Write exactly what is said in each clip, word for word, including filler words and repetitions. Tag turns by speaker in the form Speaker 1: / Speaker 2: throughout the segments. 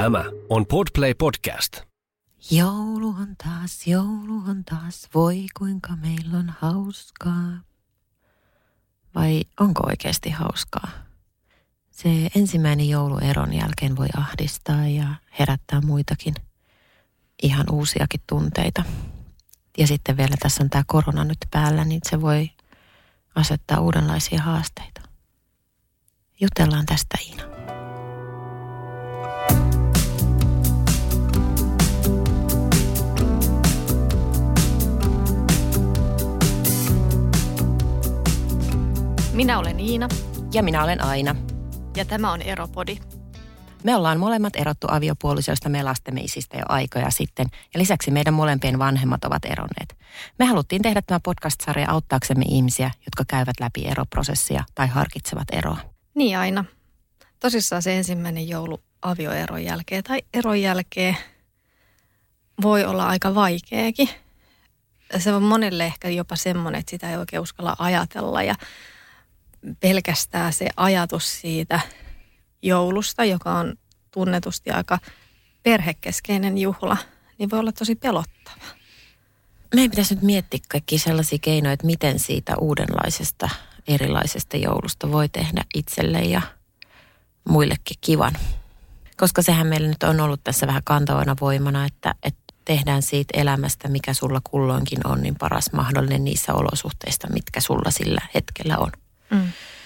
Speaker 1: Tämä on Podplay Podcast.
Speaker 2: Joulu on taas, joulu on taas, voi kuinka meillä on hauskaa. Vai onko oikeasti hauskaa? Se ensimmäinen joulu eron jälkeen voi ahdistaa ja herättää muitakin ihan uusiakin tunteita. Ja sitten vielä tässä on tämä korona nyt päällä, niin se voi asettaa uudenlaisia haasteita. Jutellaan tästä, Iina.
Speaker 3: Minä olen Iina.
Speaker 2: Ja minä olen Aina.
Speaker 3: Ja tämä on Eropodi.
Speaker 2: Me ollaan molemmat erottu aviopuolisoista me lastemme isistä jo aikoja sitten. Ja lisäksi meidän molempien vanhemmat ovat eronneet. Me haluttiin tehdä tämä podcast-sarja auttaaksemme ihmisiä, jotka käyvät läpi eroprosessia tai harkitsevat eroa.
Speaker 3: Niin Aina. Tosissaan se ensimmäinen joulu avioeron jälkeen tai eron jälkeen voi olla aika vaikeakin. Se on monelle ehkä jopa semmoinen, että sitä ei oikein uskalla ajatella ja pelkästään se ajatus siitä joulusta, joka on tunnetusti aika perhekeskeinen juhla, niin voi olla tosi pelottava.
Speaker 2: Meidän pitäisi nyt miettiä kaikki sellaisia keinoja, että miten siitä uudenlaisesta, erilaisesta joulusta voi tehdä itselle ja muillekin kivan. Koska sehän meillä nyt on ollut tässä vähän kantavana voimana, että, että tehdään siitä elämästä, mikä sulla kulloinkin on, niin paras mahdollinen niissä olosuhteissa, mitkä sulla sillä hetkellä on.
Speaker 3: Mm.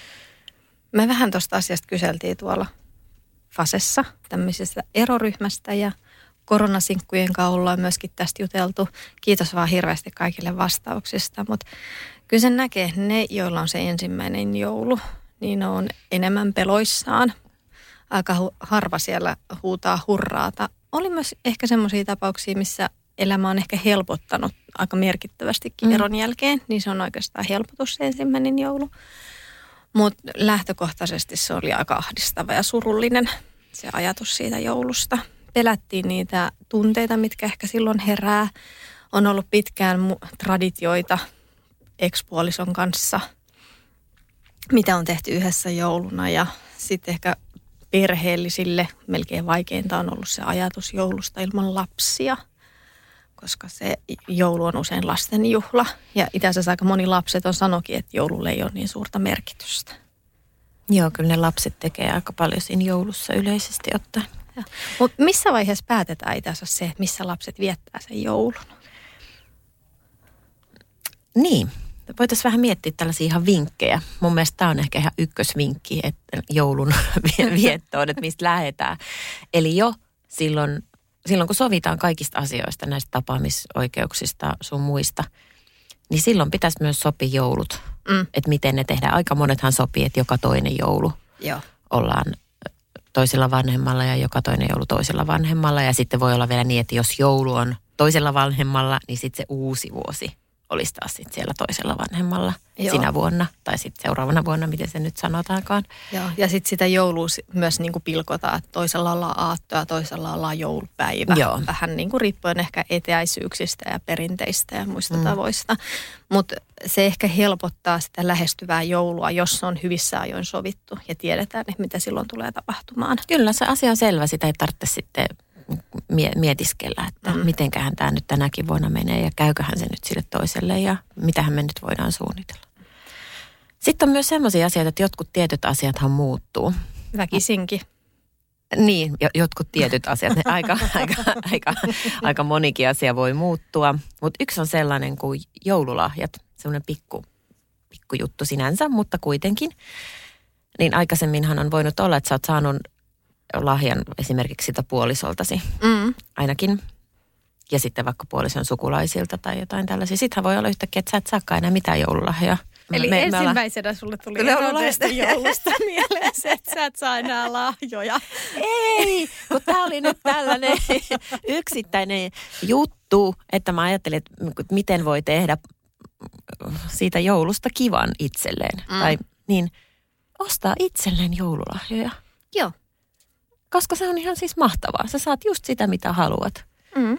Speaker 3: Me vähän tuosta asiasta kyseltiin tuolla Fasessa, tämmöisestä eroryhmästä ja koronasinkkujen kanssa ollaan myöskin tästä juteltu. Kiitos vaan hirveästi kaikille vastauksista, mutta kyllä sen näkee, ne, joilla on se ensimmäinen joulu, niin on enemmän peloissaan. Aika harva siellä huutaa hurraata. Oli myös ehkä semmoisia tapauksia, missä elämä on ehkä helpottanut aika merkittävästikin mm. eron jälkeen, niin se on oikeastaan helpotus se ensimmäinen joulu. Mutta lähtökohtaisesti se oli aika ahdistava ja surullinen se ajatus siitä joulusta. Pelättiin niitä tunteita, mitkä ehkä silloin herää. On ollut pitkään mu- traditioita ex-puolison kanssa, mitä on tehty yhdessä jouluna. Ja sitten ehkä perheellisille melkein vaikeinta on ollut se ajatus joulusta ilman lapsia, koska se joulu on usein lasten juhla. Ja itse asiassa aika moni lapset on sanokin, että joululle ei ole niin suurta merkitystä.
Speaker 2: Joo, kyllä ne lapset tekee aika paljon siinä joulussa yleisesti ottaen.
Speaker 3: Mutta missä vaiheessa päätetään itse asiassa se, että missä lapset viettää sen joulun?
Speaker 2: Niin, voitaisiin vähän miettiä tällaisia ihan vinkkejä. Mun mielestä tämä on ehkä ihan ykkösvinkki, että joulun viettoon, että mistä lähdetään. Eli jo silloin... Silloin kun sovitaan kaikista asioista, näistä tapaamisoikeuksista sun muista, niin silloin pitäisi myös sopia joulut. Mm. Että miten ne tehdään. Aika monethan sopii, että joka toinen joulu
Speaker 3: Joo.
Speaker 2: ollaan toisella vanhemmalla ja joka toinen joulu toisella vanhemmalla. Ja sitten voi olla vielä niin, että jos joulu on toisella vanhemmalla, niin sitten se uusi vuosi olisi taas sitten siellä toisella vanhemmalla Joo. sinä vuonna. Tai sitten seuraavana vuonna, miten se nyt sanotaankaan.
Speaker 3: Joo. Ja sitten sitä joulua myös niin kuin pilkotaan, että toisella ollaan aatto ja toisella ollaan joulupäivä.
Speaker 2: Joo.
Speaker 3: Vähän niin kuin riippuen ehkä etäisyyksistä ja perinteistä ja muista mm. tavoista. Mutta se ehkä helpottaa sitä lähestyvää joulua, jos on hyvissä ajoin sovittu ja tiedetään, että mitä silloin tulee tapahtumaan.
Speaker 2: Kyllä, se asia on selvä. Sitä ei tarvitse sitten mietiskellä, että mm. mitenköhän tämä nyt tänäkin vuonna menee ja käyköhän se nyt sille toiselle ja mitähän me nyt voidaan suunnitella. Sitten on myös sellaisia asioita, että jotkut tietyt asiathan muuttuu.
Speaker 3: Väkisinkin.
Speaker 2: Niin, jotkut tietyt asiat, ne aika, aika, aika, aika monikin asia voi muuttua. Mutta yksi on sellainen kuin joululahjat, sellainen pikku, pikku juttu sinänsä, mutta kuitenkin. Niin aikaisemminhan on voinut olla, että sä oot saanut lahjan esimerkiksi sitä puolisoltasi
Speaker 3: mm.
Speaker 2: ainakin. Ja sitten vaikka puolison sukulaisilta tai jotain tällaisia. Sittenhän voi olla yhtäkkiä, että sä et saakaan enää mitään joululahjaa.
Speaker 3: Eli me, ensimmäisenä me sulle tuli eronneesta joulusta mieleen se, että sä et saa enää lahjoja.
Speaker 2: Ei, kun tää oli nyt tällainen yksittäinen juttu, että mä ajattelin, että miten voi tehdä siitä joulusta kivan itselleen. Mm. Tai niin, ostaa itselleen joululahjoja.
Speaker 3: Joo.
Speaker 2: Koska se on ihan siis mahtavaa. Sä saat just sitä, mitä haluat.
Speaker 3: Mm.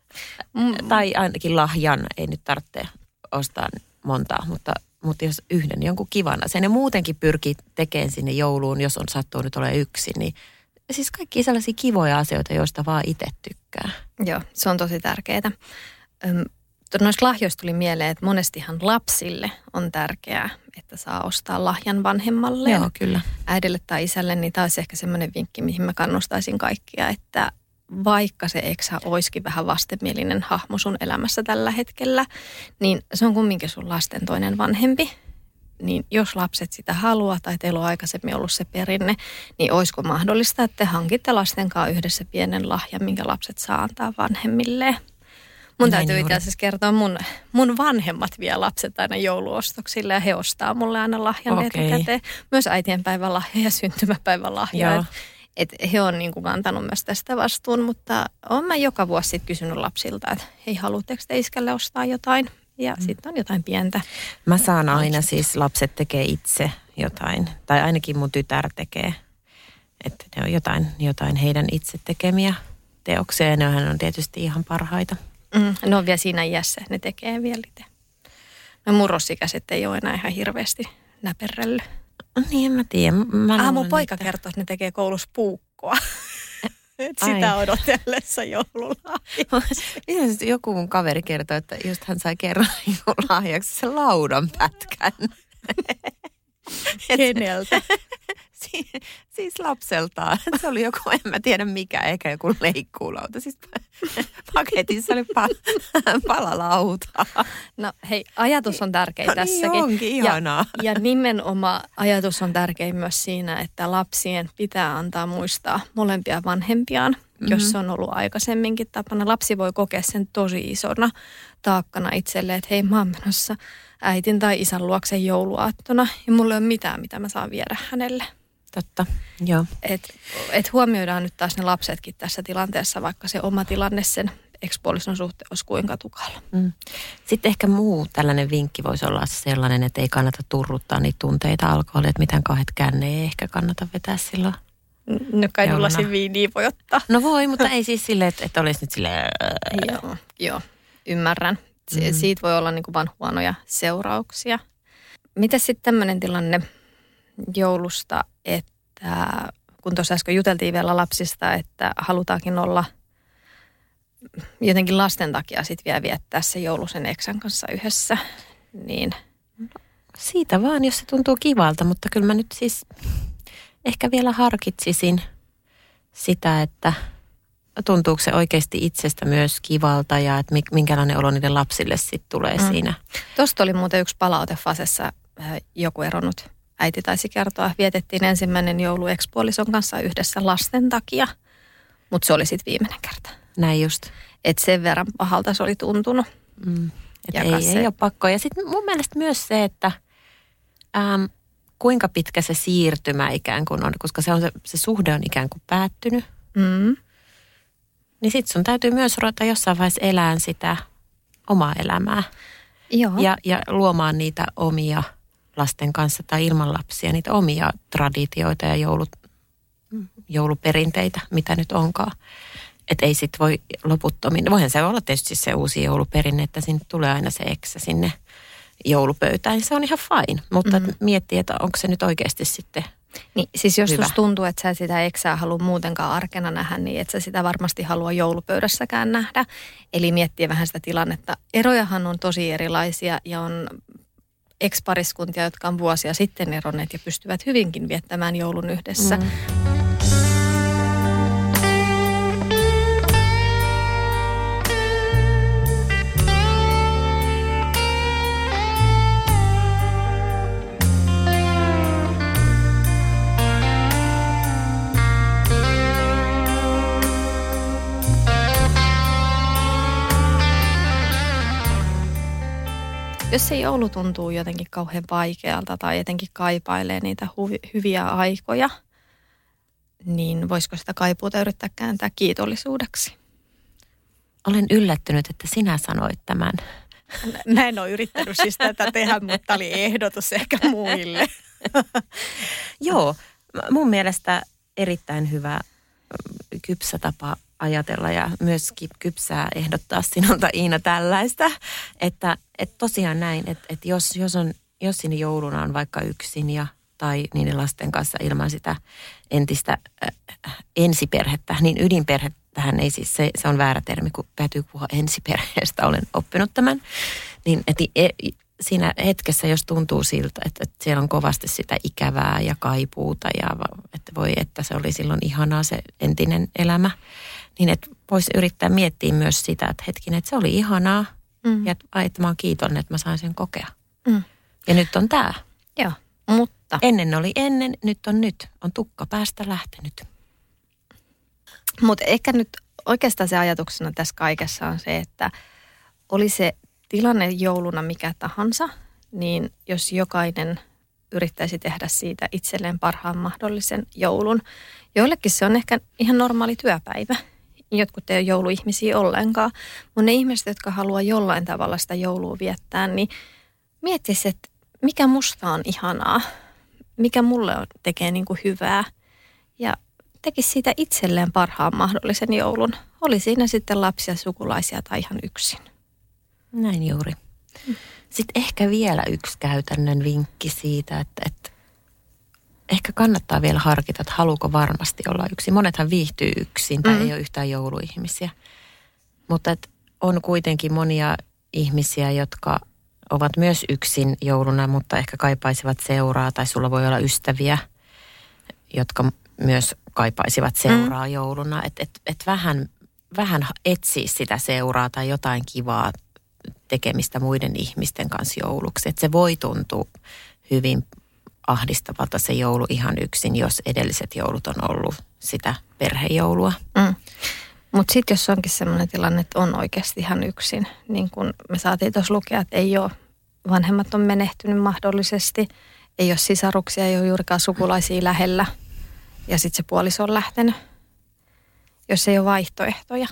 Speaker 2: Mm. Tai ainakin lahjan, ei nyt tarvitse ostaa montaa, mutta, mutta jos yhden jonkun kivan asian. Ja muutenkin pyrkii tekemään sinne jouluun, jos on sattuu nyt olemaan yksin, niin siis kaikki sellaisia kivoja asioita, joista vaan itse tykkää.
Speaker 3: Joo, se on tosi tärkeää. Noista lahjoista tuli mieleen, että monestihan lapsille on tärkeää, että saa ostaa lahjan vanhemmalle.
Speaker 2: Joo, kyllä.
Speaker 3: Äidille tai isälle, niin tämä olisi ehkä semmoinen vinkki, mihin mä kannustaisin kaikkia, että vaikka se eksä olisikin vähän vastenmielinen hahmo sun elämässä tällä hetkellä, niin se on kumminkin sun lasten toinen vanhempi. Niin jos lapset sitä haluaa tai teillä on aikaisemmin ollut se perinne, niin olisiko mahdollista, että te hankitte lasten kanssa yhdessä pienen lahjan, minkä lapset saa antaa vanhemmilleen. Mun
Speaker 2: Näin
Speaker 3: täytyy
Speaker 2: juuri.
Speaker 3: itse asiassa kertoa, mun, mun vanhemmat vie lapset aina jouluostoksille ja he ostaa mulle aina lahjan
Speaker 2: Okei.
Speaker 3: etukäteen. Myös äitienpäivän lahja ja syntymäpäivän lahja.
Speaker 2: Joo.
Speaker 3: Et, et he on niin kuin kantanut myös tästä vastuun, mutta olen mä joka vuosi sit kysynyt lapsilta, että hei, haluatteko te iskälle ostaa jotain? Ja mm. sitten on jotain pientä.
Speaker 2: Mä saan aina siis, lapset tekee itse jotain, tai ainakin mun tytär tekee. Että ne on jotain, jotain heidän itse tekemiä teoksia ja nehän on tietysti ihan parhaita.
Speaker 3: Mm, ne on vielä siinä iässä, ne tekee vielä itse. No murrosikäiset ei ole enää ihan hirveästi näperrellyt.
Speaker 2: Niin, en mä tiedä. Mä
Speaker 3: Ah, mun
Speaker 2: luulen,
Speaker 3: poika
Speaker 2: että-
Speaker 3: kertoo, että ne tekee koulussa puukkoa. Et
Speaker 2: Ai.
Speaker 3: sitä odotellessa joululahjaksi.
Speaker 2: Ihan joku mun kaveri kertoi, että just hän sai kerran lahjaksi sen laudan pätkän.
Speaker 3: Keneltä?
Speaker 2: Si- siis lapseltaan. Se oli joku, en mä tiedä mikä, eikä joku leikkuulauta. Siis paketissa oli pa- palalautaa.
Speaker 3: No hei, ajatus on tärkeä
Speaker 2: No niin
Speaker 3: tässäkin.
Speaker 2: onkin, ihanaa.
Speaker 3: Ja, ja nimenomaan ajatus on tärkeä myös siinä, että lapsien pitää antaa muistaa molempia vanhempiaan, mm-hmm. jos se on ollut aikaisemminkin tapana. Lapsi voi kokea sen tosi isona taakkana itselleen, että hei, mä oon menossa äitin tai isän luokse jouluaattona ja mulla ei ole mitään, mitä mä saan viedä hänelle.
Speaker 2: Totta, joo.
Speaker 3: Et, et huomioidaan nyt taas ne lapsetkin tässä tilanteessa, vaikka se oma tilanne sen ekspuolison suhteen olisi kuinka tukala.
Speaker 2: Mm. Sitten ehkä muu tällainen vinkki voisi olla sellainen, että ei kannata turruttaa niitä tunteita alkoholia, että mitään kauheat känne ei ehkä kannata vetää silloin.
Speaker 3: No kai
Speaker 2: Jouluna.
Speaker 3: lasin viiniä voi ottaa.
Speaker 2: No voi, mutta ei siis silleen, että, että olisi nyt silleen...
Speaker 3: Joo, joo, ymmärrän. Si-
Speaker 2: Mm.
Speaker 3: Siitä voi olla niin kuin vaan huonoja seurauksia. Miten sitten tämmöinen tilanne joulusta, että kun tuossa äsken juteltiin vielä lapsista, että halutaankin olla jotenkin lasten takia sitten vielä viettää se joulu sen eksän kanssa yhdessä, niin
Speaker 2: Siitä vaan, jos se tuntuu kivalta, mutta kyllä mä nyt siis ehkä vielä harkitsisin sitä, että tuntuuko se oikeasti itsestä myös kivalta ja että minkälainen olo niiden lapsille sitten tulee mm. siinä.
Speaker 3: Tuosta oli muuten yksi palaute Fasessa, joku eronnut äiti taisi kertoa. Vietettiin ensimmäinen joulu ekspuolison kanssa yhdessä lasten takia, mutta se oli sitten viimeinen kerta.
Speaker 2: Näin just.
Speaker 3: Että sen verran pahalta se oli tuntunut.
Speaker 2: Mm. Että
Speaker 3: Jakaa
Speaker 2: ei,
Speaker 3: se.
Speaker 2: ei ole pakko. Ja sitten mun mielestä myös se, että äm, kuinka pitkä se siirtymä ikään kuin on, koska se, on se, se suhde on ikään kuin päättynyt.
Speaker 3: Mm.
Speaker 2: Niin sitten sun täytyy myös ruveta jossain vaiheessa elää sitä omaa elämää.
Speaker 3: Joo.
Speaker 2: Ja, ja luomaan niitä omia lasten kanssa tai ilman lapsia, niitä omia traditioita ja joulut, jouluperinteitä, mitä nyt onkaan. Että ei sit voi loputtomin, voihan se olla tietysti se uusi jouluperinne, että sinne tulee aina se eksä sinne joulupöytään. Se on ihan fine, mutta mm-hmm. miettii, että onko se nyt oikeasti sitten
Speaker 3: Niin, siis jos
Speaker 2: hyvä.
Speaker 3: susta tuntuu, että sä et sitä eksää halua muutenkaan arkena nähdä, niin et sä sitä varmasti halua joulupöydässäkään nähdä. Eli miettiä vähän sitä tilannetta. Erojahan on tosi erilaisia ja on ex-pariskuntia, jotka on vuosia sitten eronneet ja pystyvät hyvinkin viettämään joulun yhdessä. Mm. Jos se joulu tuntuu jotenkin kauhean vaikealta tai jotenkin kaipailee niitä hu- hyviä aikoja, niin voisiko sitä kaipuuta yrittää kääntää kiitollisuudeksi?
Speaker 2: Olen yllättynyt, että sinä sanoit tämän.
Speaker 3: Mä en ole yrittänyt siis tätä tehdä, mutta oli ehdotus ehkä muille.
Speaker 2: Joo, mun mielestä erittäin hyvä kypsä tapa ajatella ja myös kypsää ehdottaa sinulta, Iina, tällaista, että, että tosiaan näin, että, että jos, jos, on, jos sinne jouluna on vaikka yksin ja tai niiden lasten kanssa ilman sitä entistä äh, ensiperhettä. Niin ydinperhettähän ei siis, se, se on väärä termi, kun täytyy puhua ensiperheestä, olen oppinut tämän. Niin et, e, siinä hetkessä, jos tuntuu siltä, että, että siellä on kovasti sitä ikävää ja kaipuuta ja että voi, että se oli silloin ihanaa se entinen elämä, niin että voisi yrittää miettiä myös sitä, että hetkinen, että se oli ihanaa mm. ja että, ai, että mä oon kiitollinen, että mä sain sen kokea. Mm. Ja nyt on tää.
Speaker 3: Joo, mutta...
Speaker 2: Ennen oli ennen, nyt on nyt. On tukka päästä lähtenyt.
Speaker 3: Mutta ehkä nyt oikeastaan se ajatuksena tässä kaikessa on se, että oli se tilanne jouluna mikä tahansa, niin jos jokainen yrittäisi tehdä siitä itselleen parhaan mahdollisen joulun. Joillekin se on ehkä ihan normaali työpäivä. Jotkut ei ole jouluihmisiä ollenkaan. Mutta ne ihmiset, jotka haluaa jollain tavalla sitä joulua viettää, niin miettisi, että mikä musta on ihanaa, mikä mulle tekee niin kuin hyvää ja tekisi siitä itselleen parhaan mahdollisen joulun. Oli siinä sitten lapsia, sukulaisia tai ihan yksin.
Speaker 2: Näin juuri. Sitten ehkä vielä yksi käytännön vinkki siitä, että, että ehkä kannattaa vielä harkita, että haluuko varmasti olla yksin. Monethan viihtyy yksin tai mm. ei ole yhtään jouluihmisiä. Mutta että on kuitenkin monia ihmisiä, jotka ovat myös yksin jouluna, mutta ehkä kaipaisivat seuraa tai sulla voi olla ystäviä, jotka myös kaipaisivat seuraa mm. jouluna. Että et, et vähän, vähän etsiä sitä seuraa tai jotain kivaa tekemistä muiden ihmisten kanssa jouluksi. Että se voi tuntua hyvin ahdistavalta se joulu ihan yksin, jos edelliset joulut on ollut sitä perhejoulua. Mm.
Speaker 3: Mutta sitten jos onkin sellainen tilanne, että on oikeasti ihan yksin, niin kuin me saatiin tuossa lukea, että ei ole, vanhemmat on menehtynyt mahdollisesti, ei ole sisaruksia, ei ole juurikaan sukulaisia lähellä ja sitten se puoliso on lähtenyt, jos ei ole vaihtoehtoja.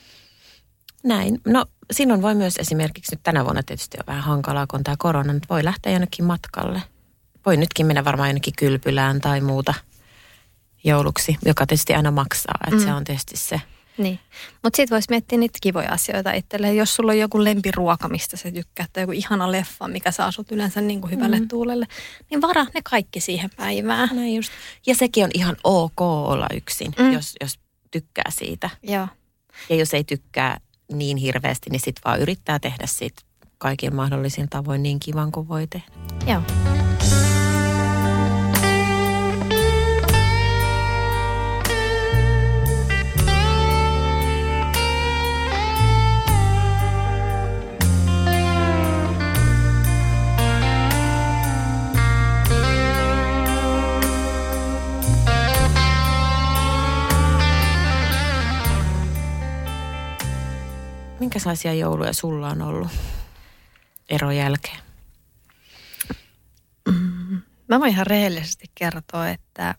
Speaker 2: Näin. No silloin voi myös esimerkiksi nyt tänä vuonna tietysti on vähän hankalaa, kun on tämä korona, että voi lähteä jonnekin matkalle. Voi nytkin mennä varmaan jonnekin kylpylään tai muuta jouluksi, joka tietysti aina maksaa, että mm. se on tietysti se.
Speaker 3: Niin, mutta sitten voisi miettiä niitä kivoja asioita itselleen. Jos sulla on joku lempiruoka, mistä sä tykkää, tai joku ihana leffa, mikä saa sut yleensä niin kuin hyvälle mm. tuulelle, niin varaa ne kaikki siihen päivään.
Speaker 2: Näin just. Ja sekin on ihan ok olla yksin, mm. jos, jos tykkää siitä.
Speaker 3: Joo.
Speaker 2: Ja jos ei tykkää niin hirveästi, niin sitten vaan yrittää tehdä siitä kaikin mahdollisin tavoin niin kivan kuin voi tehdä.
Speaker 3: Joo.
Speaker 2: Minkälaisia jouluja sulla on ollut eron jälkeen?
Speaker 3: Mm, mä voin ihan rehellisesti kertoa, että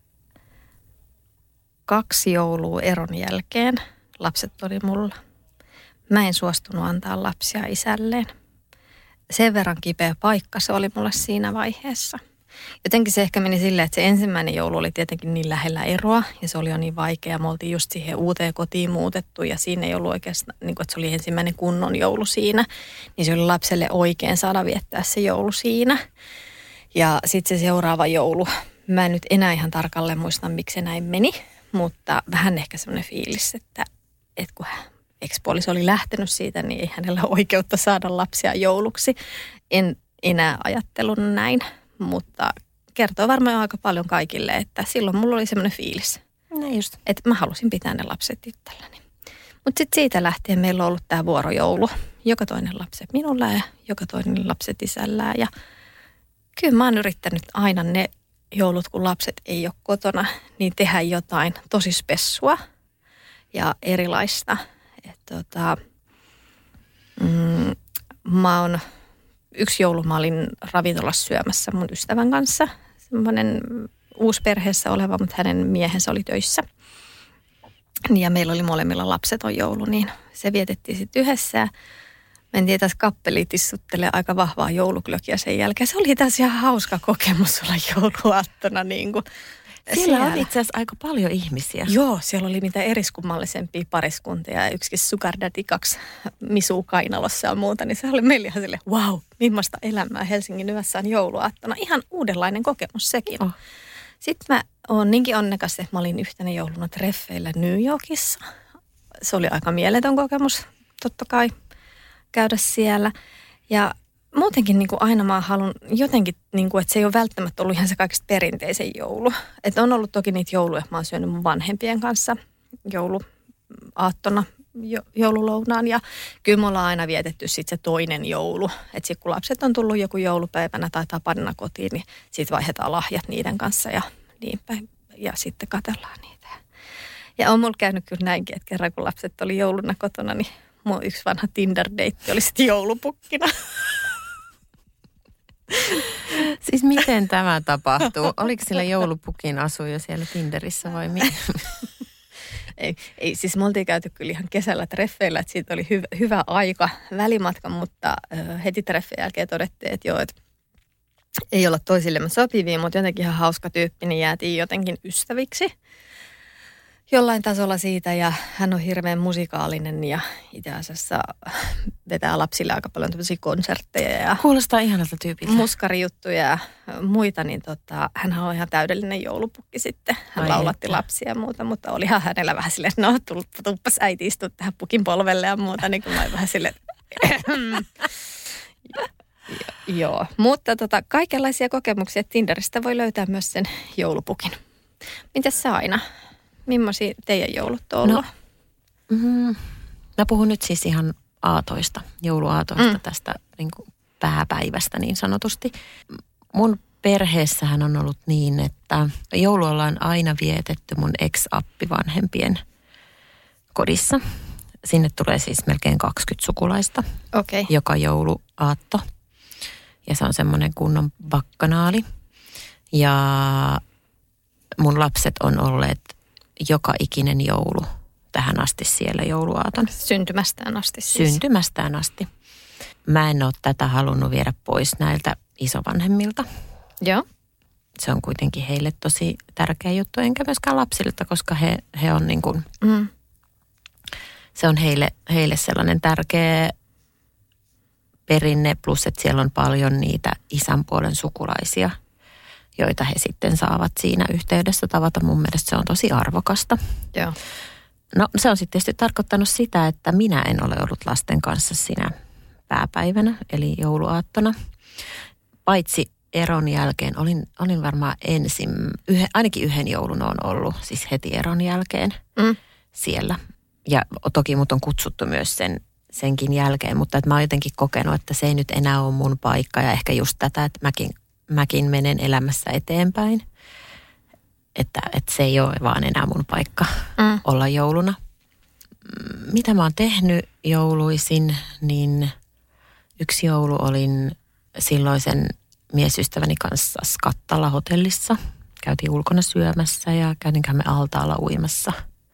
Speaker 3: kaksi joulua eron jälkeen lapset oli mulla. Mä en suostunut antaa lapsia isälleen. Sen verran kipeä paikka se oli mulle siinä vaiheessa. Jotenkin se ehkä meni silleen, että se ensimmäinen joulu oli tietenkin niin lähellä eroa ja se oli jo niin vaikea. Me oltiin just siihen uuteen kotiin muutettu ja siinä ei ollut oikeastaan, niin kuin, että se oli ensimmäinen kunnon joulu siinä. Niin se oli lapselle oikein saada viettää se joulu siinä. Ja sitten se seuraava joulu, mä en nyt enää ihan tarkalleen muista, miksi se näin meni, mutta vähän ehkä semmoinen fiilis, että, että kun ex-puoliso oli lähtenyt siitä, niin ei hänellä ole oikeutta saada lapsia jouluksi. En enää ajattelun näin. Mutta kertoo varmaan aika paljon kaikille, että silloin mulla oli semmoinen fiilis,
Speaker 2: no just.
Speaker 3: että mä halusin pitää ne lapset itselläni. Mutta sitten siitä lähtien meillä on ollut tämä vuorojoulu. Joka toinen lapset minulla ja joka toinen lapset isällään. Ja kyllä mä oon yrittänyt aina ne joulut, kun lapset ei ole kotona, niin tehdä jotain tosi spessua ja erilaista. Et tota, mm, mä oon... Yksi joulu mä olin ravintolassa syömässä mun ystävän kanssa. Semmoinen uusperheessä oleva, mutta hänen miehensä oli töissä. Ja meillä oli molemmilla lapseton joulu, niin se vietettiin sitten yhdessä. Mentiin tässä kappeliin tissuttelemaan aika vahvaa jouluklökiä sen jälkeen. Se oli taas ihan hauska kokemus olla jouluaattona. Niin kuin.
Speaker 2: Siellä, siellä on itse asiassa aika paljon ihmisiä.
Speaker 3: Joo, siellä oli mitä eriskummallisempia pariskuntia ja yksikin Sugar Daddy, kaksi Misu kainalossa ja muuta. Niin se oli meillä ihan silleen, wow, millaista elämää Helsingin yössä on jouluaattona. Ihan uudenlainen kokemus sekin. Oh. Sitten mä oon niinkin onnekas, että mä olin yhtenä jouluna treffeillä New Yorkissa. Se oli aika mieletön kokemus, totta kai, käydä siellä. Ja muutenkin niin kuin aina mä haluan jotenkin, niin kuin, että se ei ole välttämättä ollut ihan se kaikista perinteisen joulu. Että on ollut toki niitä jouluja, mä oon syönyt mun vanhempien kanssa jouluaattona jo, joululounaan. Ja kyllä me ollaan aina vietetty sitten se toinen joulu. Että sitten kun lapset on tullut joku joulupäivänä tai tapanina kotiin, niin sitten vaihdetaan lahjat niiden kanssa ja niin päin. Ja sitten katsellaan niitä. Ja on mulla käynyt kyllä näinkin, että kerran kun lapset oli jouluna kotona, niin mun yksi vanha Tinder-deitti oli sitten joulupukkina.
Speaker 2: Siis miten tämä tapahtuu? Oliko sillä joulupukin asuja siellä Tinderissä vai mitä?
Speaker 3: Ei, ei, siis me oltiin käyty kyllä ihan kesällä treffeillä, että siitä oli hyvä, hyvä aika välimatka, mutta äh, heti treffien jälkeen todettiin, että joo, että ei olla toisillemme sopivia, mutta jotenkin ihan hauska tyyppi, niin jäätiin jotenkin ystäviksi jollain tasolla siitä, ja hän on hirveän musikaalinen ja itse asiassa vetää lapsille aika paljon tämmöisiä konsertteja ja
Speaker 2: kuulostaa ihanalta tyypiltä.
Speaker 3: Muskarijuttuja ja muita, niin tota, hän on ihan täydellinen joulupukki sitten. Hän Ai laulatti että. lapsia ja muuta, mutta olihan hänellä vähän silleen, no tuppas äiti istua tähän pukin polvelle ja muuta, niin kuin mä vähän silleen, joo, mutta tota, kaikenlaisia kokemuksia Tinderistä voi löytää myös sen joulupukin. Mitäs sä aina? Millaisia teidän joulut on ollut?
Speaker 2: No, mm, mä puhun nyt siis ihan aatoista, jouluaatoista, mm. tästä niin kuin pääpäivästä niin sanotusti. Mun perheessähän on ollut niin, että joulu ollaan aina vietetty mun ex-appivanhempien kodissa. Sinne tulee siis melkein kaksikymmentä sukulaista,
Speaker 3: okay.
Speaker 2: joka jouluaatto. Ja se on semmoinen kunnon bakkanaali. Ja mun lapset on olleet joka ikinen joulu tähän asti siellä jouluaaton.
Speaker 3: Syntymästään asti siis.
Speaker 2: Syntymästään asti. Mä en ole tätä halunnut viedä pois näiltä isovanhemmilta.
Speaker 3: Joo.
Speaker 2: Se on kuitenkin heille tosi tärkeä juttu, enkä myöskään lapsilta, koska he, he on niin kuin,
Speaker 3: mm.
Speaker 2: se on heille, heille sellainen tärkeä perinne, plus että siellä on paljon niitä isän puolen sukulaisia, joita he sitten saavat siinä yhteydessä tavata. Mun mielestä se on tosi arvokasta.
Speaker 3: Joo.
Speaker 2: No se on sitten tietysti tarkoittanut sitä, että minä en ole ollut lasten kanssa siinä pääpäivänä, eli jouluaattona. Paitsi eron jälkeen, olin, olin varmaan ensin, yhden, ainakin yhden joulun on ollut, siis heti eron jälkeen
Speaker 3: mm.
Speaker 2: siellä. Ja toki mut on kutsuttu myös sen, senkin jälkeen, mutta että mä oon jotenkin kokenut, että se ei nyt enää ole mun paikka. Ja ehkä just tätä, että mäkin, mäkin menen elämässä eteenpäin. Että, että se ei ole vaan enää mun paikka
Speaker 3: mm.
Speaker 2: olla jouluna. Mitä mä oon tehnyt jouluisin, niin yksi joulu olin silloisen miesystäväni kanssa Skattalla hotellissa. Käytiin ulkona syömässä ja käytinköhän me altaalla uimassa.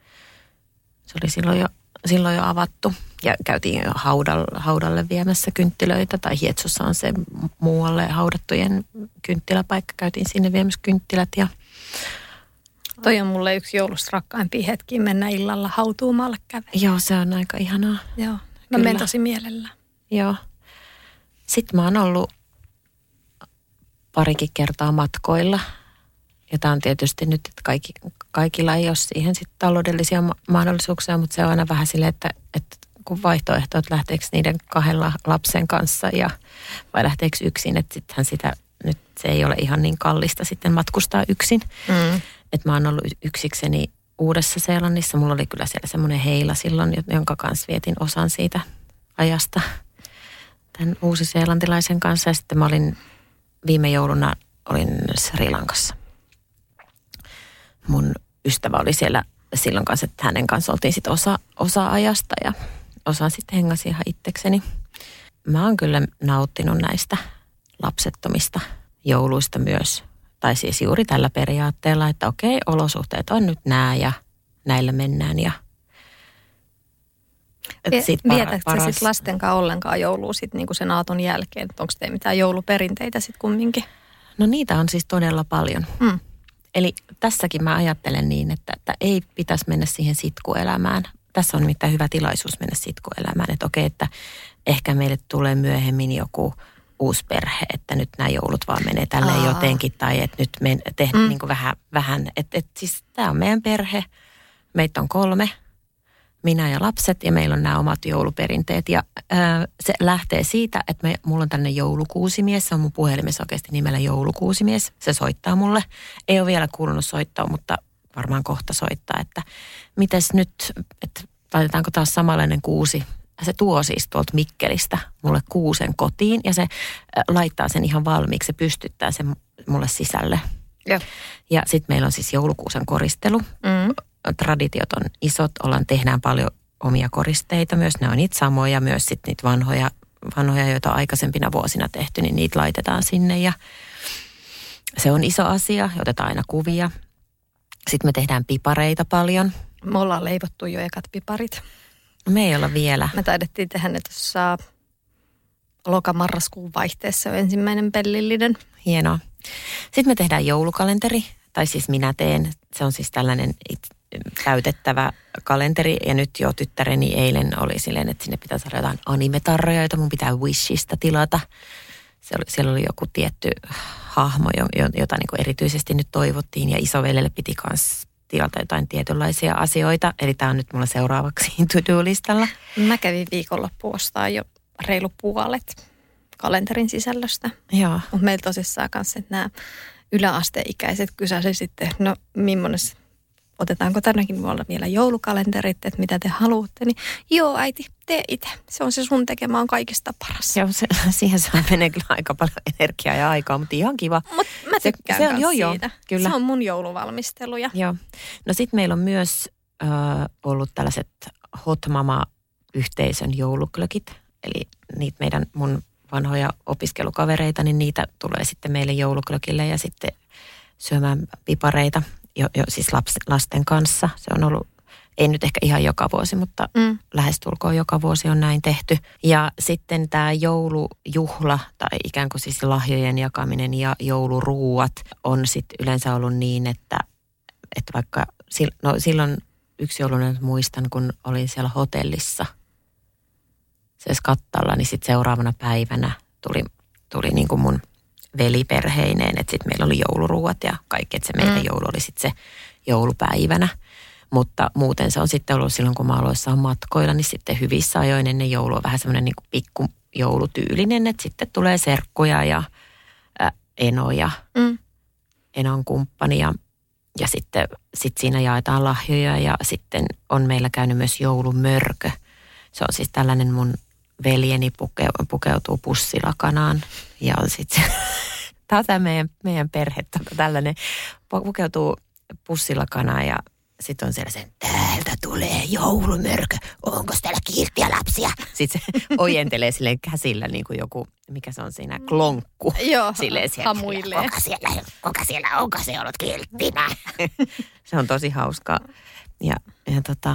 Speaker 2: Se oli silloin jo, silloin jo avattu. Ja käytiin jo haudalle, haudalle viemässä kynttilöitä, tai Hietsussa on se muualle haudattujen kynttiläpaikka. Käytiin sinne viemässä kynttilät ja
Speaker 3: toi on mulle yksi joulusta rakkaimpia hetkiä mennä illalla hautuumaalle kävelemään.
Speaker 2: Joo, se on aika ihanaa.
Speaker 3: Joo, mä menen tosi mielellään.
Speaker 2: Joo. Sitten mä oon ollut parikin kertaa matkoilla. Ja tää on tietysti nyt, että kaikki, kaikilla ei ole siihen sit taloudellisia ma- mahdollisuuksia, mutta se on aina vähän silleen, että, että kun vaihtoehto, että lähteekö niiden kahdella lapsen kanssa ja vai lähteekö yksin, että sittenhän sitä, nyt se ei ole ihan niin kallista sitten matkustaa yksin.
Speaker 3: Mm.
Speaker 2: Että mä oon ollut yksikseni Uudessa-Seelannissa. Mulla oli kyllä siellä semmoinen heila silloin, jonka kanssa vietin osan siitä ajasta tämän uusiseelantilaisen kanssa. Ja sitten mä olin viime jouluna olin Sri Lankassa. Mun ystävä oli siellä silloin kanssa, että hänen kanssa oltiin sitten osa, osa ajasta ja osa sitten hengasi ihan itsekseni. Mä oon kyllä nauttinut näistä lapsettomista jouluista myös. Tai siis juuri tällä periaatteella, että okei, olosuhteet on nyt nää ja näillä mennään. Ja
Speaker 3: vietätkö sä sitten lasten kanssa ollenkaan joulua sitten niinku sen aaton jälkeen? Onko teillä mitään jouluperinteitä sitten kumminkin?
Speaker 2: No niitä on siis todella paljon.
Speaker 3: Mm.
Speaker 2: Eli tässäkin mä ajattelen niin, että, että ei pitäisi mennä siihen sitkuelämään. Tässä on nimittäin hyvä tilaisuus mennä sitkuelämään, että okei, että ehkä meille tulee myöhemmin joku uusi perhe, että nyt nämä joulut vaan menee tälleen Aa. jotenkin, tai että nyt me tehdään mm. niin kuin vähän, vähän että, että siis tämä on meidän perhe, meitä on kolme, minä ja lapset, ja meillä on nämä omat jouluperinteet, ja ää, se lähtee siitä, että me, mulla on tämmöinen joulukuusimies, se on mun puhelimessa oikeasti nimellä joulukuusimies, se soittaa mulle, ei ole vielä kuulunut soittaa, mutta varmaan kohta soittaa, että mites nyt, että laitetaanko taas samanlainen kuusi. Se tuo siis tuolta Mikkelistä mulle kuusen kotiin ja se laittaa sen ihan valmiiksi, se pystyttää sen mulle sisälle. Ja, ja sitten meillä on siis joulukuusen koristelu. Mm. Traditiot on isot, ollaan tehdään paljon omia koristeita myös, ne on niitä samoja, myös sitten niitä vanhoja, vanhoja, joita on aikaisempina vuosina tehty, niin niitä laitetaan sinne ja se on iso asia, otetaan aina kuvia. Sitten me tehdään pipareita paljon.
Speaker 3: Me ollaan leivottu jo ekat piparit.
Speaker 2: Me ei olla vielä.
Speaker 3: Me taidettiin tehdä ne tuossa loka-marraskuun vaihteessa jo ensimmäinen pellillinen.
Speaker 2: Hienoa. Sitten me tehdään joulukalenteri, tai siis minä teen. Se on siis tällainen täytettävä kalenteri. Ja nyt jo tyttäreni eilen oli silleen, että sinne pitää saada jotain animetarroja, joita mun pitää Wishista tilata. Se oli, siellä oli joku tietty hahmo, jota niin kuin erityisesti nyt toivottiin, ja isoveljelle piti myös tilata jotain tietynlaisia asioita. Eli tämä on nyt mulla seuraavaksi to-do-listalla.
Speaker 3: Mä kävin viikonloppuun ostaa jo reilu puolet kalenterin sisällöstä.
Speaker 2: Joo.
Speaker 3: Mutta meillä tosissaan kanssa, että nämä yläasteikäiset kysäsi sitten, no millainen, otetaanko tänäkin vuonna vielä joulukalenterit, että mitä te haluatte, niin joo äiti, tee itse. Se on se sun tekemä, on kaikista paras.
Speaker 2: Joo, se, siihen saa menee kyllä aika paljon energiaa ja aikaa, mutta ihan kiva.
Speaker 3: Mutta mä tykkään se, se on, joo, joo,
Speaker 2: siitä. Kyllä.
Speaker 3: Se on mun jouluvalmisteluja.
Speaker 2: Joo. No sit meillä on myös äh, ollut tällaiset Hot Mama-yhteisön jouluklökit. Eli niitä meidän mun vanhoja opiskelukavereita, niin niitä tulee sitten meille jouluklökille ja sitten syömään pipareita. Jo, jo, siis laps, lasten kanssa. Se on ollut, ei nyt ehkä ihan joka vuosi, mutta mm. lähestulkoon joka vuosi on näin tehty. Ja sitten tämä joulujuhla tai ikään kuin siis lahjojen jakaminen ja jouluruuat on sitten yleensä ollut niin, että, että vaikka no silloin yksi joulun muistan, kun olin siellä hotellissa se Skattalla, niin sitten seuraavana päivänä tuli, tuli niin kuin mun veliperheineen, että sitten meillä oli jouluruuat ja kaikki, että se meidän mm. joulu oli sitten se joulupäivänä. Mutta muuten se on sitten ollut silloin, kun mä aloin matkoilla, niin sitten hyvissä ajoin ennen joulua on vähän semmoinen niin kuin pikku joulutyylinen, että sitten tulee serkkuja ja ä, enoja, mm. enon kumppani ja, ja sitten sit siinä jaetaan lahjoja ja sitten on meillä käynyt myös joulumörkö. Se on siis tällainen mun veljeni puke, pukeutuu pussilakanaan ja on sitten tämä on tämä meidän, meidän perhe, tällainen pukeutuu pussilakanaan ja sitten on siellä sen, täältä tulee joulumörkö, onko täällä kilttiä lapsia? Sitten se ojentelee silleen käsillä niin kuin joku, mikä se on siinä, klonkku.
Speaker 3: Joo,
Speaker 2: silleen
Speaker 3: hamuilee.
Speaker 2: Onko siellä, onko siellä, onko se ollut kilttinä? Se on tosi hauskaa. Ja, ja tota,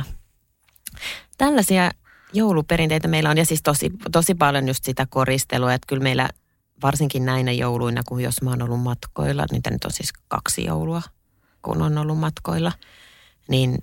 Speaker 2: tällaisia jouluperinteitä meillä on ja siis tosi, tosi paljon just sitä koristelua, että kyllä meillä varsinkin näinä jouluina, kun jos mä oon ollut matkoilla, niitä nyt on siis kaksi joulua, kun on ollut matkoilla, niin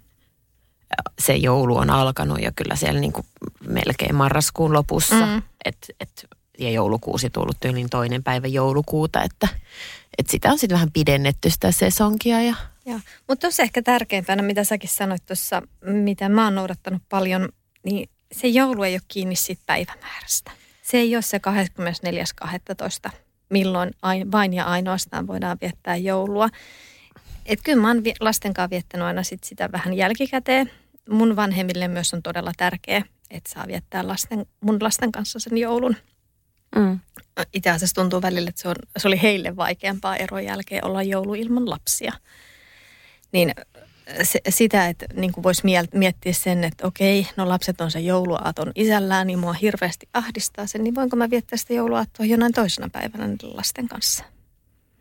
Speaker 2: se joulu on alkanut jo kyllä siellä niin kuin melkein marraskuun lopussa. Mm. Et, et, ja joulukuusi tullut tyyliin toinen päivä joulukuuta, että et sitä on sitten vähän pidennetty sitä sesonkia. Ja...
Speaker 3: Mutta tuossa ehkä tärkeimpänä, mitä säkin sanoit tuossa, mitä mä oon noudattanut paljon, niin se joulu ei ole kiinni siitä päivämäärästä. Se ei ole se kahdeskymmenesneljäs kahdestoista, milloin vain ja ainoastaan voidaan viettää joulua. Että kyllä mä oon lasten kanssa viettänyt aina sit sitä vähän jälkikäteen. Mun vanhemmille myös on todella tärkeää, että saa viettää lasten, mun lasten kanssa sen joulun. Mm. Itse asiassa tuntuu välillä, että se, on, se oli heille vaikeampaa eron jälkeen olla joulu ilman lapsia. Niin se, sitä, että niin kuin voisi miettiä sen, että okei, no lapset on se jouluaaton isällään, niin mua hirveästi ahdistaa sen, niin voinko mä viettää sitä jouluaattoa jonain toisena päivänä niiden lasten kanssa?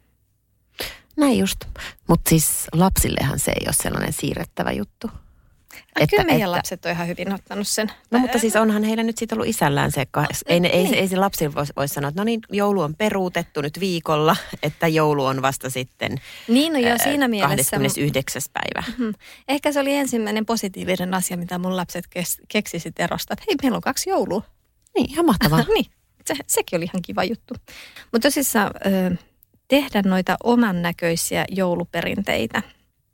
Speaker 2: Näin just. Mutta siis lapsillehan se ei ole sellainen siirrettävä juttu.
Speaker 3: Että, kyllä meidän että, lapset on ihan hyvin ottanut sen.
Speaker 2: No mutta siis onhan heillä nyt siitä ollut isällään se, no, ei, niin. ei, ei se lapsi voisi vois sanoa, että no niin, joulu on peruutettu nyt viikolla, että joulu on vasta sitten
Speaker 3: niin, no jo, siinä mielessä,
Speaker 2: kahdeskymmenesyhdeksäs päivä.
Speaker 3: Mm-hmm. Ehkä se oli ensimmäinen positiivinen asia, mitä mun lapset kes, keksisit erosta, että hei, meillä on kaksi joulua.
Speaker 2: Niin, ihan mahtavaa.
Speaker 3: niin, se, sekin oli ihan kiva juttu. Mutta tosissaan ö, tehdä noita oman näköisiä jouluperinteitä.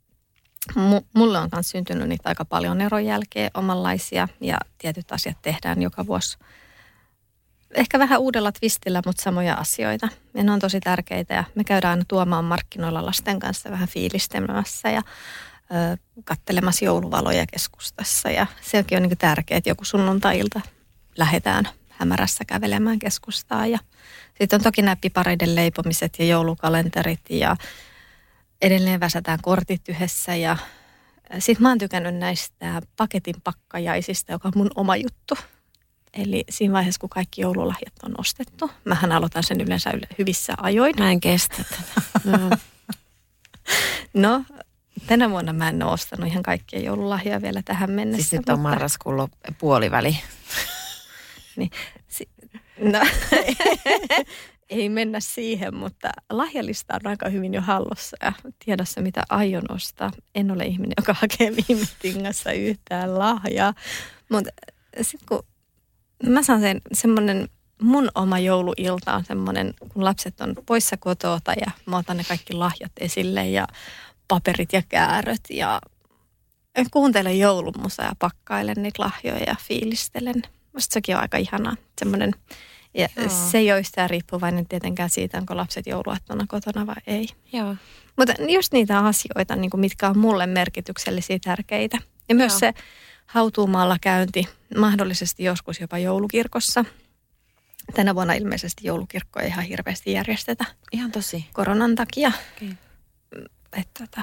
Speaker 3: Mulle on myös syntynyt niitä aika paljon eron jälkeen, omanlaisia, ja tietyt asiat tehdään joka vuosi. Ehkä vähän uudella twistillä, mutta samoja asioita. Ja ne on tosi tärkeitä, ja me käydään aina tuomaan markkinoilla lasten kanssa vähän fiilistelemässä ja ö, kattelemassa jouluvaloja keskustassa. Ja sekin on niin tärkeää, että joku sunnuntai-ilta lähdetään hämärässä kävelemään keskustaan. Ja sitten on toki nämä pipareiden leipomiset ja joulukalenterit ja edelleen väsätään kortit yhdessä ja sitten mä oon tykännyt näistä paketin pakkajaisista, joka on mun oma juttu. Eli siinä vaiheessa, kun kaikki joululahjat on ostettu, mähän aloitan sen yleensä hyvissä ajoin.
Speaker 2: Mä en kestä tätä.
Speaker 3: No. no, tänä vuonna mä en ole ostanut ihan kaikkia joululahjoja vielä tähän mennessä.
Speaker 2: Siis nyt on mutta... marraskuun puoliväli.
Speaker 3: niin, si- no... Ei mennä siihen, mutta lahjalista on aika hyvin jo hallussa ja tiedossa, mitä aion ostaa. En ole ihminen, joka hakee viime tingassa yhtään lahjaa. Mutta sitten kun mä saan sen semmoinen, mun oma jouluilta on semmoinen, kun lapset on poissa kotota ja mä otan ne kaikki lahjat esille ja paperit ja kääröt ja kuuntelen joulumusaa ja pakkailen niitä lahjoja ja fiilistelen. Musta sekin on aika ihanaa, semmoinen. Ja Joo. se ei ole yhtään riippuvainen tietenkään siitä, onko lapset jouluaattona kotona vai ei.
Speaker 2: Joo.
Speaker 3: Mutta just niitä asioita, niin kuin mitkä on mulle merkityksellisiä tärkeitä. Ja myös Joo. se hautuumaalla käynti, mahdollisesti joskus jopa joulukirkossa. Tänä vuonna ilmeisesti joulukirkkoja ei ihan hirveästi järjestetä.
Speaker 2: Ihan tosi.
Speaker 3: Koronan takia.
Speaker 2: Okay.
Speaker 3: Tota.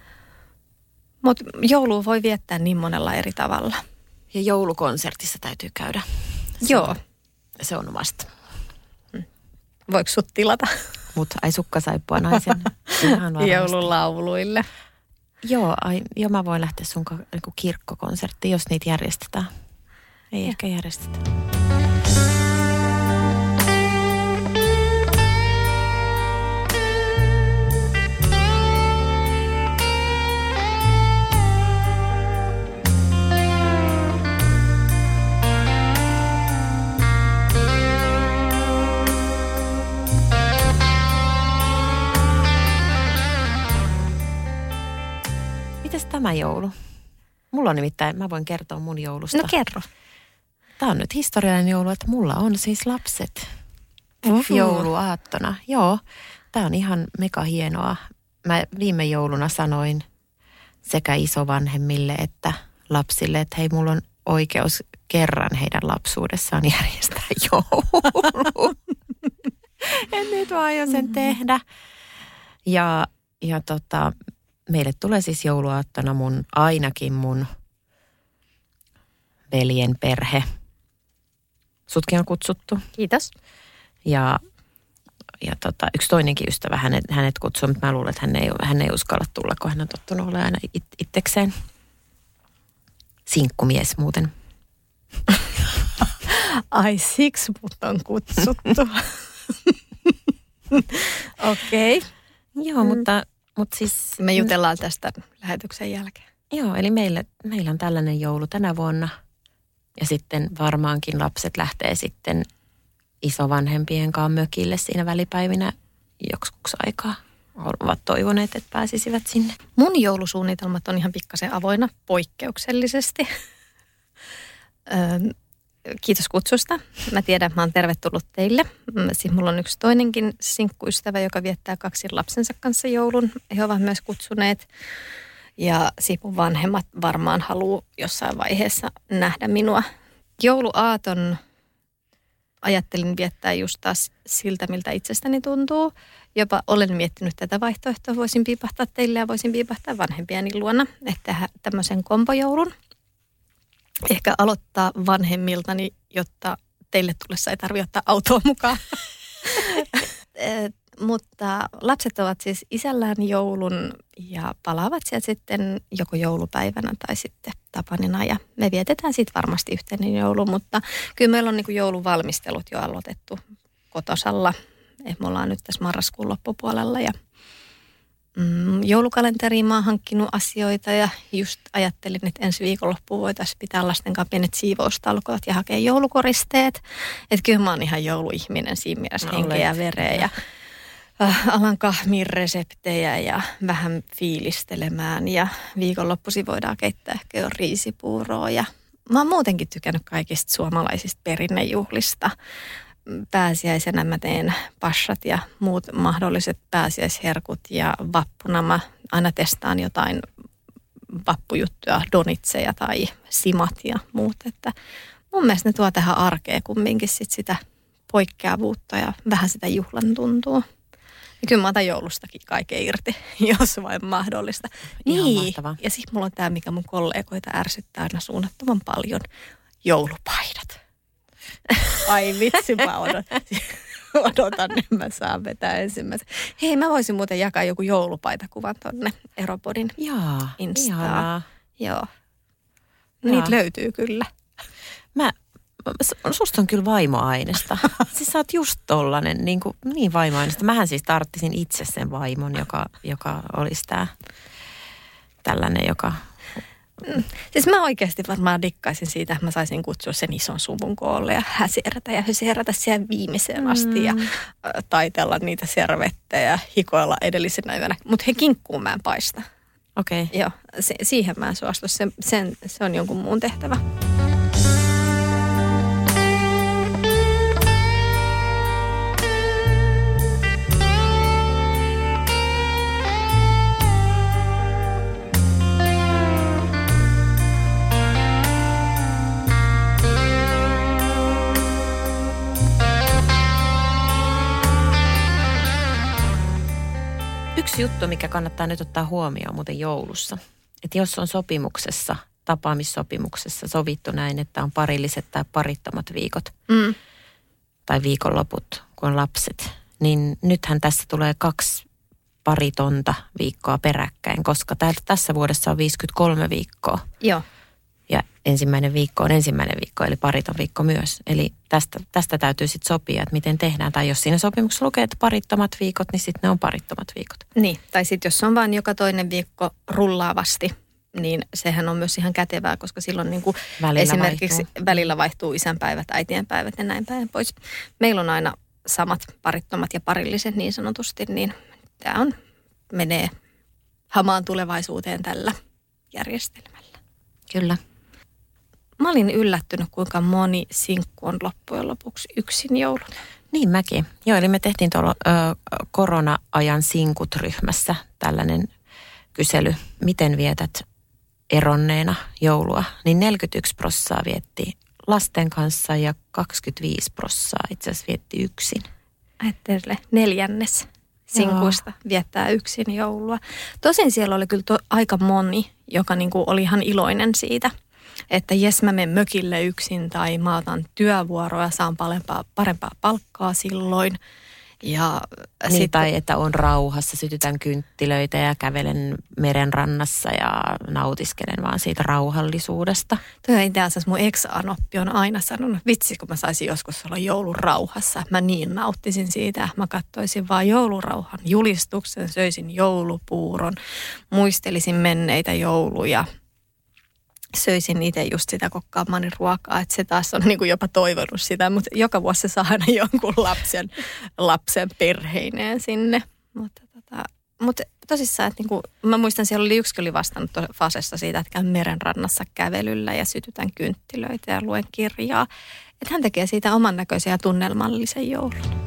Speaker 3: Mutta joulua voi viettää niin monella eri tavalla.
Speaker 2: Ja joulukonsertissa täytyy käydä. Se
Speaker 3: Joo.
Speaker 2: On. Se on omasta.
Speaker 3: Hmm. Voiko sut tilata?
Speaker 2: Mut ai sukkasaippua naisen. Ihan varmasti.
Speaker 3: Joululauluille.
Speaker 2: Joo, ai, jo mä voin lähteä sun niinku kirkkokonserttiin, jos niitä järjestetään. Ei ja. Ehkä järjestetä. Mitäs tämä joulu? Mulla on nimittäin, mä voin kertoa mun joulusta.
Speaker 3: No kerro.
Speaker 2: Tämä on nyt historiallinen joulu, että mulla on siis lapset
Speaker 3: Uhuh.
Speaker 2: jouluaattona. Joo, tämä on ihan mega hienoa. Mä viime jouluna sanoin sekä isovanhemmille että lapsille, että hei, mulla on oikeus kerran heidän lapsuudessaan järjestää joulu. En nyt vaan aion sen tehdä. Ja, ja tota... Meille tulee siis jouluaattona mun, ainakin mun veljen perhe. Sutkin on kutsuttu.
Speaker 3: Kiitos.
Speaker 2: Ja, ja tota, yksi toinenkin ystävä hänet, hänet kutsuu, mutta mä luulen, että hän ei, hän ei uskalla tulla, kun hän on tottunut olemaan aina it, itsekseen. Sinkkumies muuten.
Speaker 3: Ai siksi mut on kutsuttu. Okei. Okay.
Speaker 2: Joo, mm. mutta... Mut siis,
Speaker 3: me jutellaan tästä lähetyksen jälkeen.
Speaker 2: Joo, eli meille, meillä on tällainen joulu tänä vuonna. Ja sitten varmaankin lapset lähtee sitten isovanhempien kanssa mökille siinä välipäivinä joksikuksi aikaa. Ovat toivoneet, että pääsisivät sinne.
Speaker 3: Mun joulusuunnitelmat on ihan pikkasen avoinna poikkeuksellisesti. Kiitos kutsusta. Mä tiedän, että mä oon tervetullut teille. Siis mulla on yksi toinenkin sinkkuystävä, joka viettää kaksi lapsensa kanssa joulun. He ovat myös kutsuneet. Ja Sipun vanhemmat varmaan haluaa jossain vaiheessa nähdä minua. Jouluaaton ajattelin viettää just taas siltä, miltä itsestäni tuntuu. Jopa olen miettinyt tätä vaihtoehtoa. Voisin piipahtaa teille ja voisin piipahtaa vanhempiani luona. Että tehdä tämmöisen kombojoulun. Ehkä aloittaa vanhemmiltani, jotta teille tullessa ei tarvitse ottaa autoa mukaan. Mutta lapset ovat siis isällään joulun ja palaavat sieltä sitten joko joulupäivänä tai sitten Tapanina ja me vietetään sitten varmasti yhteinen joulu, mutta kyllä meillä on niin kuin jouluvalmistelut jo aloitettu kotosalla. Me ollaan nyt tässä marraskuun loppupuolella ja mm, joulukalenteriin mä oon hankkinut asioita ja just ajattelin, että ensi viikonloppuun voitaisiin pitää lasten kanssa pienet siivoustalkoot ja hakea joulukoristeet. Että kyllä mä oon ihan jouluihminen siinä mielessä no, henkeä ja vereä ja äh, alan kahmiin reseptejä ja vähän fiilistelemään ja viikonloppuisin voidaan keittää ehkä jo riisipuuroa ja mä oon muutenkin tykännyt kaikista suomalaisista perinnejuhlista. Pääsiäisenä mä teen passat ja muut mahdolliset pääsiäisherkut ja vappuna mä aina testaan jotain vappujuttuja, donitseja tai simat ja muut. Että mun mielestä ne tuo tähän arkeen kumminkin sit sitä poikkeavuutta ja vähän sitä juhlan tuntua. Ja kyllä mä otan joulustakin kaiken irti, jos vain mahdollista.
Speaker 2: Ihan
Speaker 3: niin,
Speaker 2: mahtavaa.
Speaker 3: Ja sitten mulla on tämä, mikä mun kollegoita ärsyttää aina suunnattoman paljon, joulupaidat. Ai vitsi, mä odotan, odotan, että mä saan vetää ensimmäisen. Hei, mä voisin muuten jakaa joku joulupaitakuvan tonne Eropodin
Speaker 2: Jaa,
Speaker 3: Instaan.
Speaker 2: ihanaa.
Speaker 3: Joo. Niitä
Speaker 2: Jaa.
Speaker 3: löytyy kyllä.
Speaker 2: Mä, susta on kyllä vaimoainesta. Siis sä oot just tollanen, niin, kuin, niin vaimoainesta. Mähän siis tarttisin itse sen vaimon, joka, joka olisi tää tällainen, joka...
Speaker 3: Mm. Siis mä oikeasti varmaan dikkaisin siitä, että mä saisin kutsua sen ison suvun koolle ja häserätä ja häserätä siellä viimeiseen asti ja mm. taitella niitä servettejä ja hikoilla edellisenä yönä. Mutta he kinkkuun mä en paista.
Speaker 2: Okei. Okay.
Speaker 3: Joo, se, siihen mä en suostu. Se, sen, se on jonkun muun tehtävä.
Speaker 2: Yksi juttu, mikä kannattaa nyt ottaa huomioon muuten joulussa, että jos on sopimuksessa, tapaamissopimuksessa sovittu näin, että on parilliset tai parittomat viikot
Speaker 3: Mm.
Speaker 2: tai viikonloput, kun on lapset, niin nythän tässä tulee kaksi paritonta viikkoa peräkkäin, koska tässä vuodessa on viisikymmentäkolme viikkoa.
Speaker 3: Joo.
Speaker 2: Ja ensimmäinen viikko on ensimmäinen viikko, eli pariton viikko myös. Eli tästä, tästä täytyy sitten sopia, että miten tehdään. Tai jos siinä sopimuksessa lukee, että parittomat viikot, niin sitten ne on parittomat viikot.
Speaker 3: Niin, tai sitten jos on vain joka toinen viikko rullaavasti, niin sehän on myös ihan kätevää, koska silloin niin kuin
Speaker 2: Välillä
Speaker 3: esimerkiksi
Speaker 2: vaihtuu.
Speaker 3: välillä vaihtuu isänpäivät, äitienpäivät ja näin päin pois. Meillä on aina samat parittomat ja parilliset niin sanotusti, niin tämä on, menee hamaan tulevaisuuteen tällä järjestelmällä.
Speaker 2: Kyllä.
Speaker 3: Mä olin yllättynyt, kuinka moni sinkku on loppujen lopuksi yksin jouluna.
Speaker 2: Niin mäkin. Joo, eli me tehtiin tuolla ö, korona-ajan sinkut-ryhmässä tällainen kysely, miten vietät eronneena joulua. Niin neljäkymmentäyksi prosenttia vietti lasten kanssa ja kaksikymmentäviisi prosenttia itse asiassa vietti yksin.
Speaker 3: Ajattele, neljännes sinkuista viettää yksin joulua. Tosin siellä oli kyllä to, aika moni, joka niinku oli ihan iloinen siitä, että jes mä menen mökille yksin tai mä otan työvuoroa, saan parempaa, parempaa palkkaa silloin. Ja
Speaker 2: niin, sit, tai että on rauhassa, sytytän kynttilöitä ja kävelen meren rannassa ja nautiskelen vaan siitä rauhallisuudesta.
Speaker 3: Tuo itse asiassa mun ex-anoppi on aina sanonut, vitsi kun mä saisin joskus olla joulun rauhassa. Mä niin nauttisin siitä, mä katsoisin vaan joulurauhan julistuksen, söisin joulupuuron, muistelisin menneitä jouluja. Söisin itse just sitä kokkaamani ruokaa, että se taas on niin kuin jopa toivonut sitä, mutta joka vuosi se saa aina jonkun lapsen, lapsen perheineen sinne. Mutta, tota, mutta tosissaan, että niin kuin, mä muistan, siellä oli yksi oli vastannut Fasessa siitä, että käyn merenrannassa kävelyllä ja sytytän kynttilöitä ja luen kirjaa. Että hän tekee siitä oman näköisen ja tunnelmallisen joulun.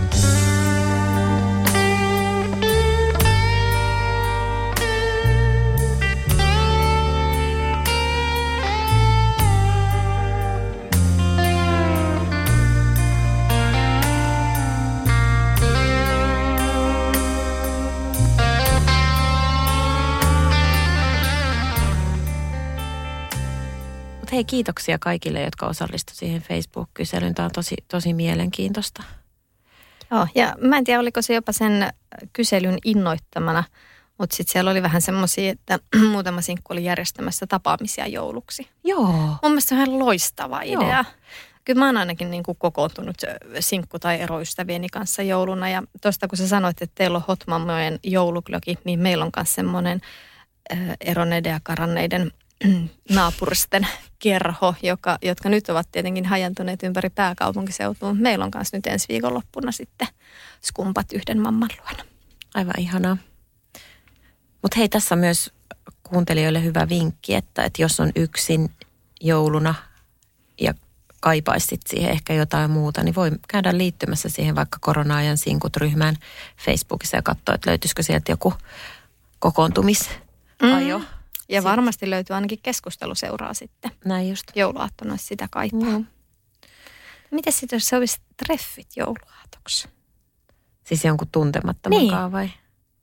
Speaker 2: Hei, kiitoksia kaikille, jotka osallistuivat siihen Facebook-kyselyyn. Tämä on tosi, tosi mielenkiintoista.
Speaker 3: Joo, ja mä en tiedä, oliko se jopa sen kyselyn innoittamana Mutta sitten siellä oli vähän semmoisia, että muutama sinkku oli järjestämässä tapaamisia jouluksi.
Speaker 2: Joo.
Speaker 3: Mun mielestä se on ihan loistava idea.
Speaker 2: Joo.
Speaker 3: Kyllä mä oon ainakin niin kuin kokoontunut sinkku- tai eroystävieni kanssa jouluna. Ja tuosta kun sä sanoit, että teillä on Hotmammojen jouluklöki, niin meillä on myös semmoinen eronneiden ja karanneiden naapuristen kerho, joka, jotka nyt ovat tietenkin hajantuneet ympäri pääkaupunkiseutua. Meillä on myös nyt ensi viikonloppuna sitten skumpat yhden mamman luona.
Speaker 2: Aivan ihanaa. Mutta hei, tässä on myös kuuntelijoille hyvä vinkki, että, että jos on yksin jouluna ja kaipaisit siihen ehkä jotain muuta, niin voi käydä liittymässä siihen vaikka korona-ajan sinkut-ryhmään Facebookissa ja katsoa, että löytyisikö sieltä joku kokoontumisajo. Mm.
Speaker 3: Ja varmasti löytyy ainakin keskusteluseuraa sitten.
Speaker 2: Näin just.
Speaker 3: Jouluaattona sitä kaipaa. Mm. Miten sitten, jos se olisi treffit jouluaatoksi?
Speaker 2: Siis jonkun tuntemattoman
Speaker 3: niin.
Speaker 2: kaa vai?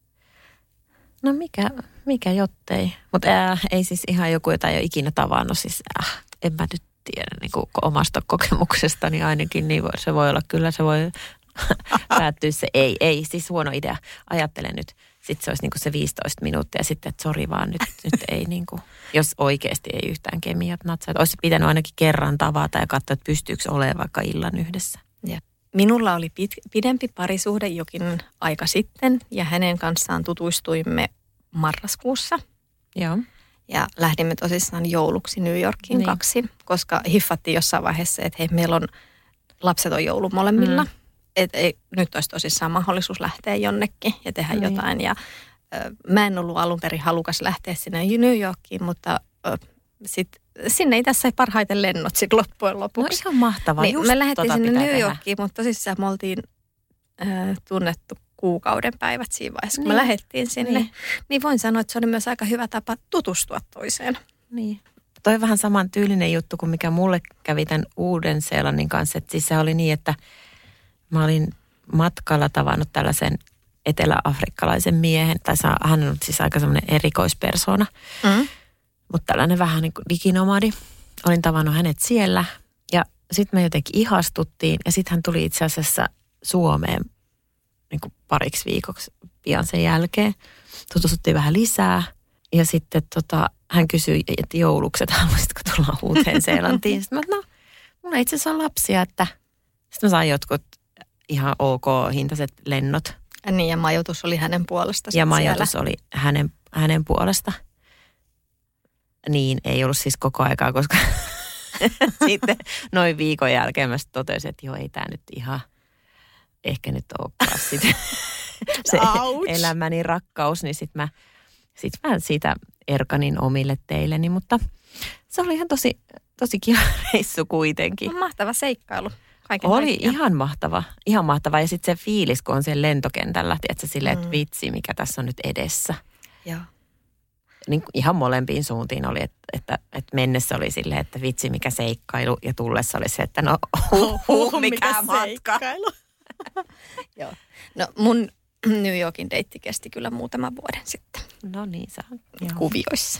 Speaker 2: No mikä, mikä jottei. Mutta äh, ei siis ihan joku, jota ei ole ikinä tavannut. Siis äh, en mä nyt tiedä niin kuin omasta kokemuksestani ainakin. Niin se voi olla kyllä, se voi päättyä se ei. Ei, siis huono idea. Ajattelen nyt. Sitten se olisi niin kuin se viisitoista minuuttia sitten, että sori vaan nyt, nyt ei niin kuin, jos oikeasti ei yhtään kemiat natsaa. Olisi pitänyt ainakin kerran tavata ja katsoa, että pystyykö olemaan vaikka illan yhdessä.
Speaker 3: Ja. Minulla oli pit, pidempi parisuhde jokin aika sitten ja hänen kanssaan tutustuimme marraskuussa.
Speaker 2: Joo.
Speaker 3: Ja lähdimme tosissaan jouluksi New Yorkiin niin. kaksi, koska hiffattiin jossain vaiheessa, että hei, meillä on lapseton joulu molemmilla. Mm. Että nyt olisi tosissaan mahdollisuus lähteä jonnekin ja tehdä niin. jotain. Ja ö, mä en ollut alun perin halukas lähteä sinne New Yorkiin, mutta ö, sit, sinne ei tässä parhaiten lennot sitten loppujen lopuksi.
Speaker 2: No ihan mahtavaa.
Speaker 3: Niin,
Speaker 2: just
Speaker 3: me lähdettiin
Speaker 2: tota
Speaker 3: sinne New Yorkiin, mutta tosissaan me oltiin ö, tunnettu kuukauden päivät siinä vaiheessa, kun niin. me lähdettiin sinne. Niin. niin voin sanoa, että se oli myös aika hyvä tapa tutustua toiseen.
Speaker 2: Niin. Toi on vähän saman tyylinen juttu kuin mikä mulle kävi tämän Uuden-Seelannin kanssa. Että siis se oli niin, että mä olin matkalla tavannut tällaisen etelä-afrikkalaisen miehen, tai hän on siis aika semmoinen erikoispersona, mm. mutta tällainen vähän niin kuin diginomadi. Olin tavannut hänet siellä ja sitten me jotenkin ihastuttiin ja sitten hän tuli itse asiassa Suomeen niin kuin pariksi viikoksi pian sen jälkeen. Tutustuttiin vähän lisää ja sitten tota, hän kysyi, että jouluksi, että haluaisitko tulla Uuteen-Seelantiin. Sitten mä, no, mulla itse asiassa on lapsia, että sitten mä sain jotkut ihan ok hintaiset lennot.
Speaker 3: Ja niin, ja majoitus oli hänen puolesta.
Speaker 2: Ja majoitus siellä. oli hänen, hänen puolesta. Niin, ei ollut siis koko aikaa, koska sitten noin viikon jälkeen mä totesin, että joo, ei tää nyt ihan, ehkä nyt olekaan sitten se elämäni rakkaus, niin sitten mä, sit mä siitä erkanin omille teilleni, mutta se oli ihan tosi, tosi kiva reissu kuitenkin.
Speaker 3: Mahtava seikkailu. Kaiken
Speaker 2: oli
Speaker 3: kaikkiaan.
Speaker 2: ihan mahtava, ihan mahtava. Ja sitten se fiilis, kun on siellä lentokentällä, tiedätkö, silleen, että vitsi, mikä tässä on nyt edessä.
Speaker 3: Joo.
Speaker 2: Niin ihan molempiin suuntiin oli, että, että, että mennessä oli silleen, että vitsi, mikä seikkailu. Ja tullessa oli se, että no huh, huh, mikä, mikä matka.
Speaker 3: Joo. No mun New Yorkin deitti kesti kyllä muutaman vuoden sitten.
Speaker 2: No niin, se on.
Speaker 3: Kuvioissa.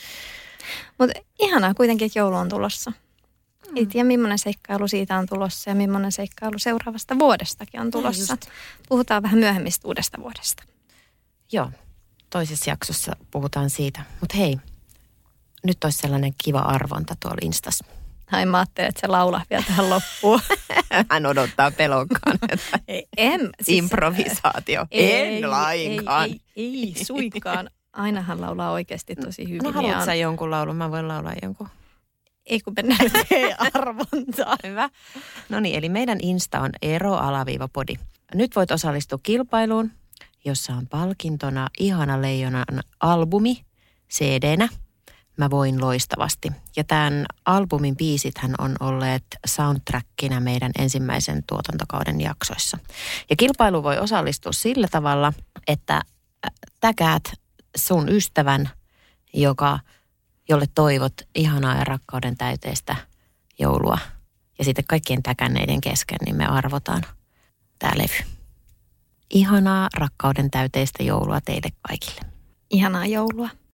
Speaker 3: Mutta ihanaa kuitenkin, että joulu on tulossa. Mm. Ei tiedä, millainen seikkailu siitä on tulossa ja millainen seikkailu seuraavasta vuodestakin on tulossa. Puhutaan vähän myöhemmistä uudesta vuodesta.
Speaker 2: Joo, toisessa jaksossa puhutaan siitä. Mutta hei, nyt olisi sellainen kiva arvonta tuolla Instassa.
Speaker 3: Ai mä ajattelin, että se laulaa vielä tähän loppuun.
Speaker 2: Hän odottaa pelokkaan.
Speaker 3: Ei, en. Siis,
Speaker 2: improvisaatio.
Speaker 3: Ei,
Speaker 2: en lainkaan.
Speaker 3: Ei, ei, ei suinkaan. Aina hän laulaa oikeasti tosi hyvin.
Speaker 2: No haluatko sä jonkun laulun? Mä voin laulaa jonkun.
Speaker 3: Ei kun mennään nyt ei arvontaa.
Speaker 2: Hyvä. No niin, eli meidän Insta on ero-podi. Nyt voit osallistua kilpailuun, jossa on palkintona Ihana Leijonan albumi C D-nä. Mä voin loistavasti. Ja tämän albumin biisithän on olleet soundtrackina meidän ensimmäisen tuotantokauden jaksoissa. Ja kilpailu voi osallistua sillä tavalla, että täkäät sun ystävän, joka, jolle toivot ihanaa ja rakkauden täyteistä joulua. Ja sitten kaikkien täkänneiden kesken, niin me arvotaan tää levy. Ihanaa rakkauden täyteistä joulua teille kaikille.
Speaker 3: Ihanaa joulua.